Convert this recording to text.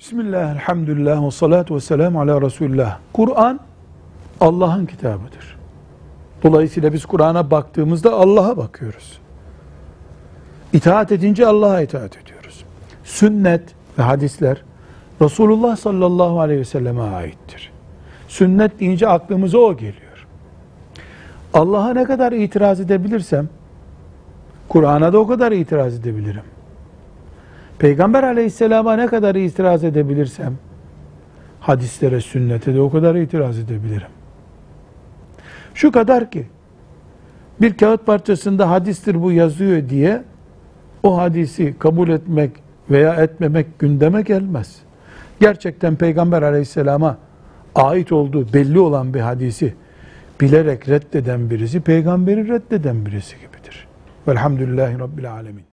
Bismillah, elhamdülillah, ve salatu ve selamu ala Resulullah. Kur'an Allah'ın kitabıdır. Dolayısıyla biz Kur'an'a baktığımızda Allah'a bakıyoruz. İtaat edince Allah'a itaat ediyoruz. Sünnet ve hadisler Resulullah sallallahu aleyhi ve selleme aittir. Sünnet deyince aklımıza o geliyor. Allah'a ne kadar itiraz edebilirsem, Kur'an'a da o kadar itiraz edebilirim. Peygamber aleyhisselama ne kadar itiraz edebilirsem, hadislere, sünnete de o kadar itiraz edebilirim. Şu kadar ki, bir kağıt parçasında hadistir bu yazıyor diye, o hadisi kabul etmek veya etmemek gündeme gelmez. Gerçekten Peygamber aleyhisselama ait olduğu belli olan bir hadisi bilerek reddeden birisi, peygamberi reddeden birisi gibidir. Velhamdülillahi Rabbil alemin.